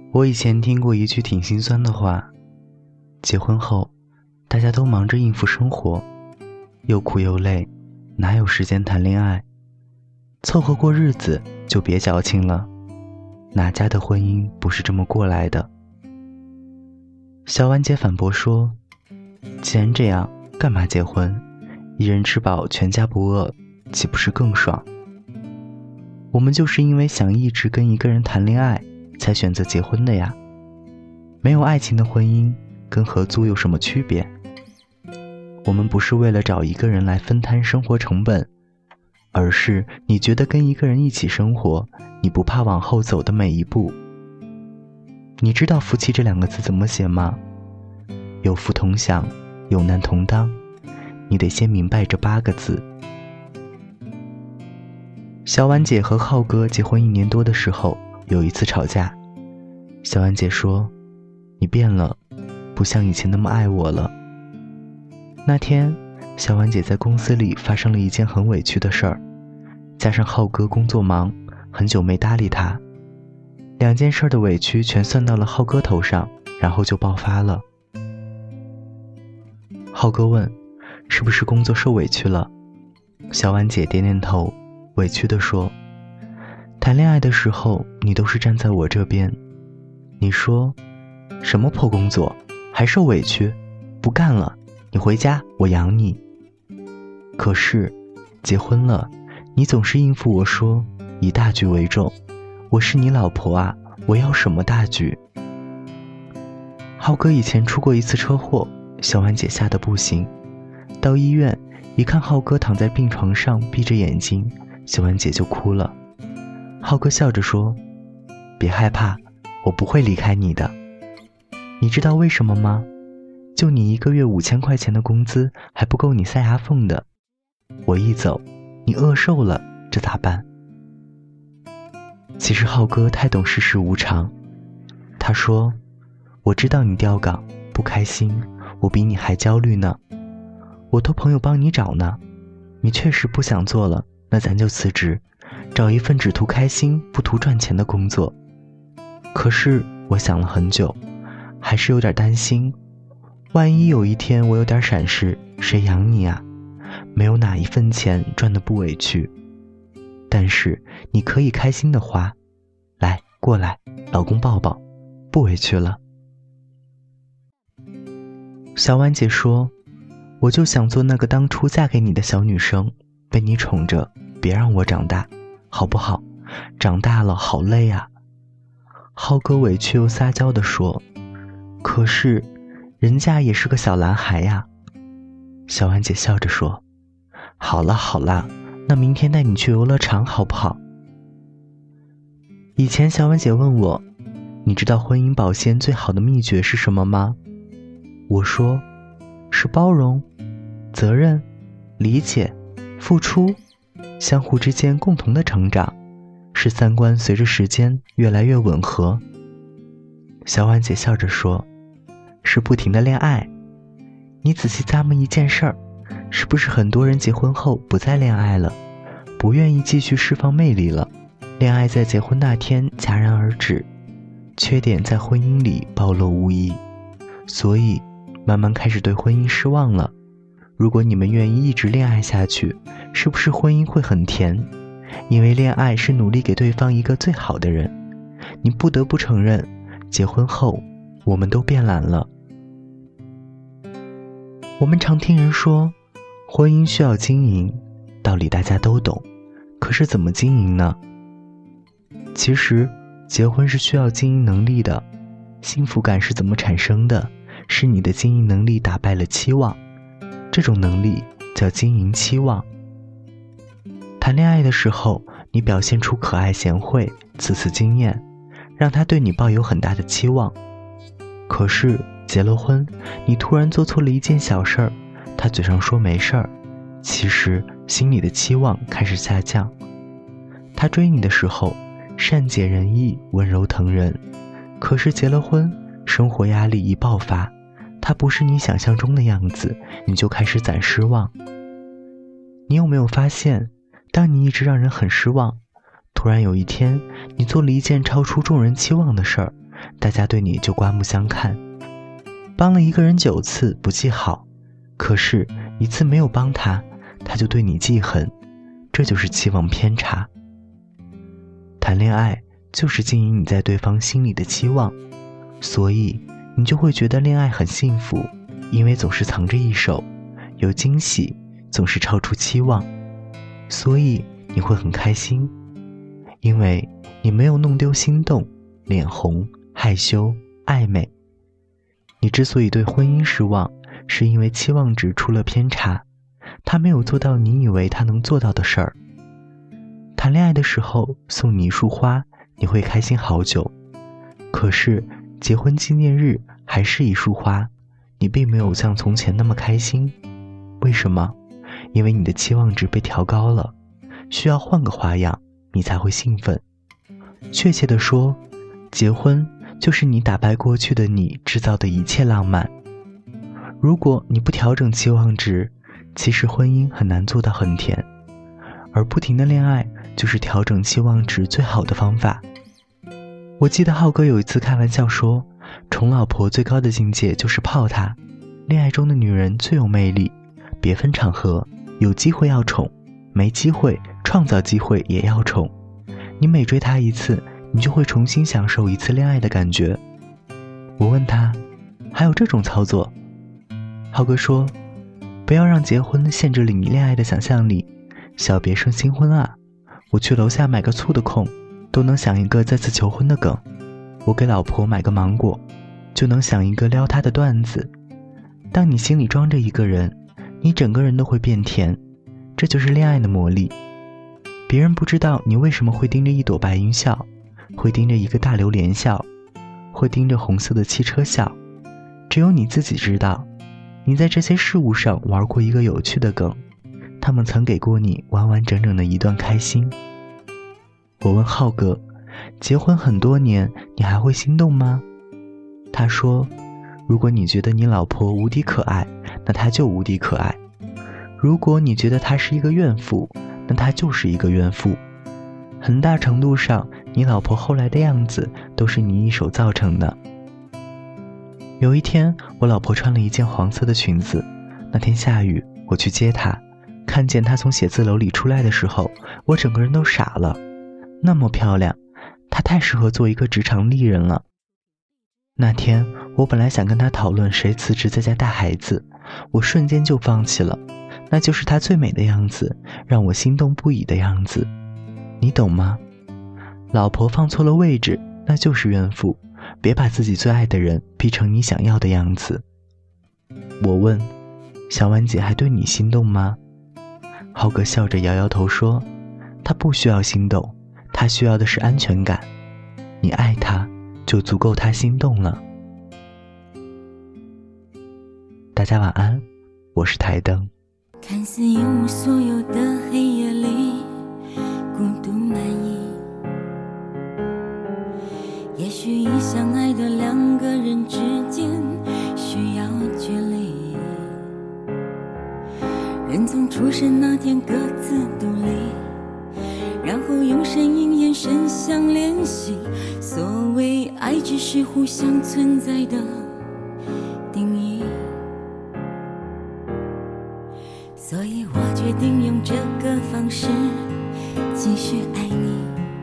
我以前听过一句挺心酸的话，结婚后大家都忙着应付生活，又苦又累，哪有时间谈恋爱？凑合过日子就别矫情了，哪家的婚姻不是这么过来的？小婉姐反驳说，既然这样，干嘛结婚？一人吃饱全家不饿，岂不是更爽？我们就是因为想一直跟一个人谈恋爱，才选择结婚的呀。没有爱情的婚姻跟合租有什么区别？我们不是为了找一个人来分摊生活成本，而是你觉得跟一个人一起生活，你不怕往后走的每一步。你知道夫妻这2个字怎么写吗？有福同享，有难同当。你得先明白这8个字。小婉姐和浩哥结婚1年多的时候，有一次吵架。小婉姐说，你变了，不像以前那么爱我了。那天小婉姐在公司里发生了一件很委屈的事儿，加上浩哥工作忙，很久没搭理她，2件事的委屈全算到了浩哥头上，然后就爆发了。浩哥问，是不是工作受委屈了？小婉姐点点头，委屈地说，谈恋爱的时候你都是站在我这边，你说什么破工作还受委屈，不干了，你回家我养你。可是结婚了，你总是应付我说，以大局为重，我是你老婆啊，我要什么大局？浩哥以前出过一次车祸，小婉姐吓得不行，到医院一看浩哥躺在病床上闭着眼睛，小婉姐就哭了。浩哥笑着说，别害怕，我不会离开你的。你知道为什么吗？就你1个月5000块钱的工资还不够你塞牙缝的，我一走你饿瘦了，这咋办？其实浩哥太懂世事无常，他说，我知道你调岗不开心，我比你还焦虑呢，我托朋友帮你找呢，你确实不想做了，那咱就辞职，找一份只图开心不图赚钱的工作。可是我想了很久，还是有点担心，万一有一天我有点闪失，谁养你啊？没有哪一份钱赚得不委屈，但是你可以开心的花，来过来，老公抱抱，不委屈了。小婉姐说，我就想做那个当初嫁给你的小女生，被你宠着，别让我长大，好不好？长大了好累啊。浩哥委屈又撒娇地说，可是人家也是个小男孩呀。小婉姐笑着说，好了好了，那明天带你去游乐场好不好？以前小婉姐问我，你知道婚姻保鲜最好的秘诀是什么吗？我说，是包容、责任、理解、付出，相互之间共同的成长，是3观随着时间越来越吻合。小婉姐笑着说，是不停的恋爱。你仔细咂摸一件事儿，是不是很多人结婚后不再恋爱了，不愿意继续释放魅力了，恋爱在结婚那天戛然而止，缺点在婚姻里暴露无遗，所以慢慢开始对婚姻失望了。如果你们愿意一直恋爱下去，是不是婚姻会很甜？因为恋爱是努力给对方一个最好的人。你不得不承认，结婚后我们都变懒了。我们常听人说，婚姻需要经营，道理大家都懂，可是怎么经营呢？其实结婚是需要经营能力的，幸福感是怎么产生的？是你的经营能力打败了期望，这种能力叫经营期望。谈恋爱的时候，你表现出可爱贤惠、次次惊艳，让他对你抱有很大的期望。可是结了婚，你突然做错了一件小事儿，他嘴上说没事儿，其实心里的期望开始下降。他追你的时候，善解人意、温柔疼人，可是结了婚，生活压力一爆发，他不是你想象中的样子，你就开始攒失望。你有没有发现，当你一直让人很失望，突然有一天你做了一件超出众人期望的事儿， 大家对你就刮目相看。帮了一个人9次不记好，可是1次没有帮他，他就对你记恨，这就是期望偏差。谈恋爱就是经营你在对方心里的期望，所以你就会觉得恋爱很幸福，因为总是藏着一手，有惊喜，总是超出期望，所以你会很开心，因为你没有弄丢心动、脸红、害羞、暧昧。你之所以对婚姻失望，是因为期望值出了偏差，他没有做到你以为他能做到的事儿。谈恋爱的时候送你一束花，你会开心好久，可是结婚纪念日还是一束花，你并没有像从前那么开心。为什么？因为你的期望值被调高了，需要换个花样你才会兴奋。确切地说，结婚就是你打败过去的你制造的一切浪漫。如果你不调整期望值，其实婚姻很难做到很甜，而不停的恋爱就是调整期望值最好的方法。我记得浩哥有一次开玩笑说，宠老婆最高的境界就是泡她。恋爱中的女人最有魅力，别分场合，有机会要宠，没机会创造机会也要宠。你每追她一次，你就会重新享受一次恋爱的感觉。我问他，还有这种操作？浩哥说，不要让结婚限制了你恋爱的想象力，小别胜新婚啊。我去楼下买个醋的空，都能想一个再次求婚的梗。我给老婆买个芒果，就能想一个撩她的段子。当你心里装着一个人，你整个人都会变甜，这就是恋爱的魔力。别人不知道你为什么会盯着一朵白云笑，会盯着一个大榴莲笑，会盯着红色的汽车笑，只有你自己知道，你在这些事物上玩过一个有趣的梗，他们曾给过你完完整整的一段开心。我问浩哥，结婚很多年，你还会心动吗？他说，如果你觉得你老婆无敌可爱，那她就无敌可爱；如果你觉得她是一个怨妇，那她就是一个怨妇。很大程度上，你老婆后来的样子都是你一手造成的。有一天，我老婆穿了一件黄色的裙子，那天下雨，我去接她，看见她从写字楼里出来的时候，我整个人都傻了。那么漂亮，她太适合做一个职场丽人了。那天我本来想跟她讨论谁辞职在家带孩子，我瞬间就放弃了，那就是她最美的样子，让我心动不已的样子。你懂吗？老婆放错了位置，那就是怨妇，别把自己最爱的人逼成你想要的样子。我问，小婉姐还对你心动吗？浩哥笑着摇摇头说，她不需要心动，她需要的是安全感。你爱她，就足够她心动了。大家晚安，我是台灯。 看似一无所有的黑夜里，孤独难抑。也许已相爱的两个人之间需要距离，人从出生那天各自独立，然后用声音眼神相联系。所谓爱只是互相存在的定义，所以我决定用这个方式继续爱你，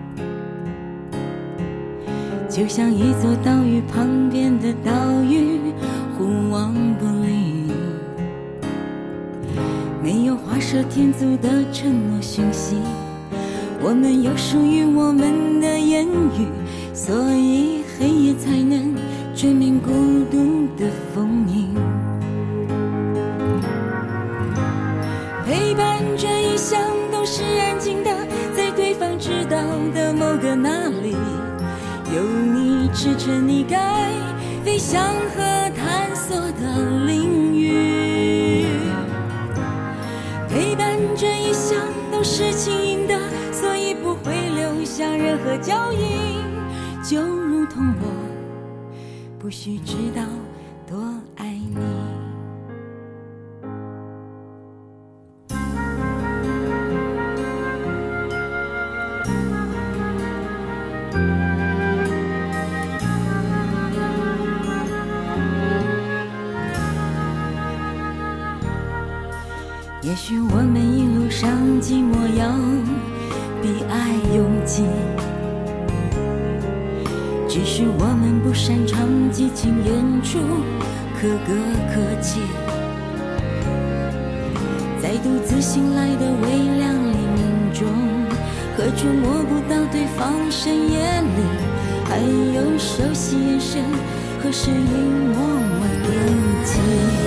就像一座岛屿旁边的岛屿，互望不离，没有画蛇添足的承诺讯息，我们有属于我们的言语，所以黑夜才能追眠孤独的风影。陪伴这一生都是安静的，在对方知道的某个哪里，有你支撑你该飞翔和探索的领域。陪伴这一生都是轻盈的，所以不会留下任何脚印，就如同我不需知道多爱你。 只是我们不擅长激情演出，可歌可泣。在独自醒来的微亮黎明中，何处摸不到对方深夜里还有熟悉眼神和声音默默惦记。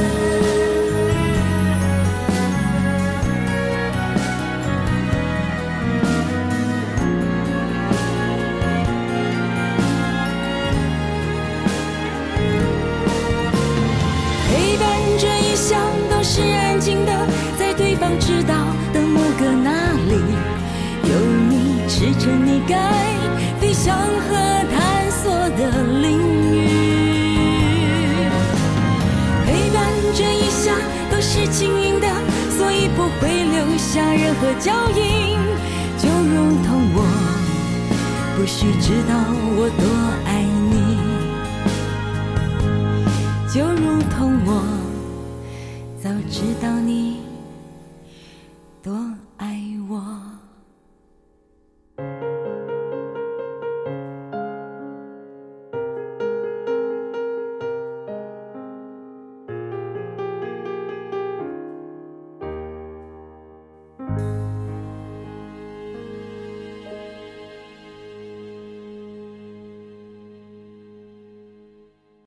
陪伴这一生都是安静的，在对方知道的某个哪里，有你支撑你该飞翔和探索的领域。陪伴这一生都是轻盈的，所以不会留下任何脚印。就如同我不需知道我多爱你，就如同我早知道你多爱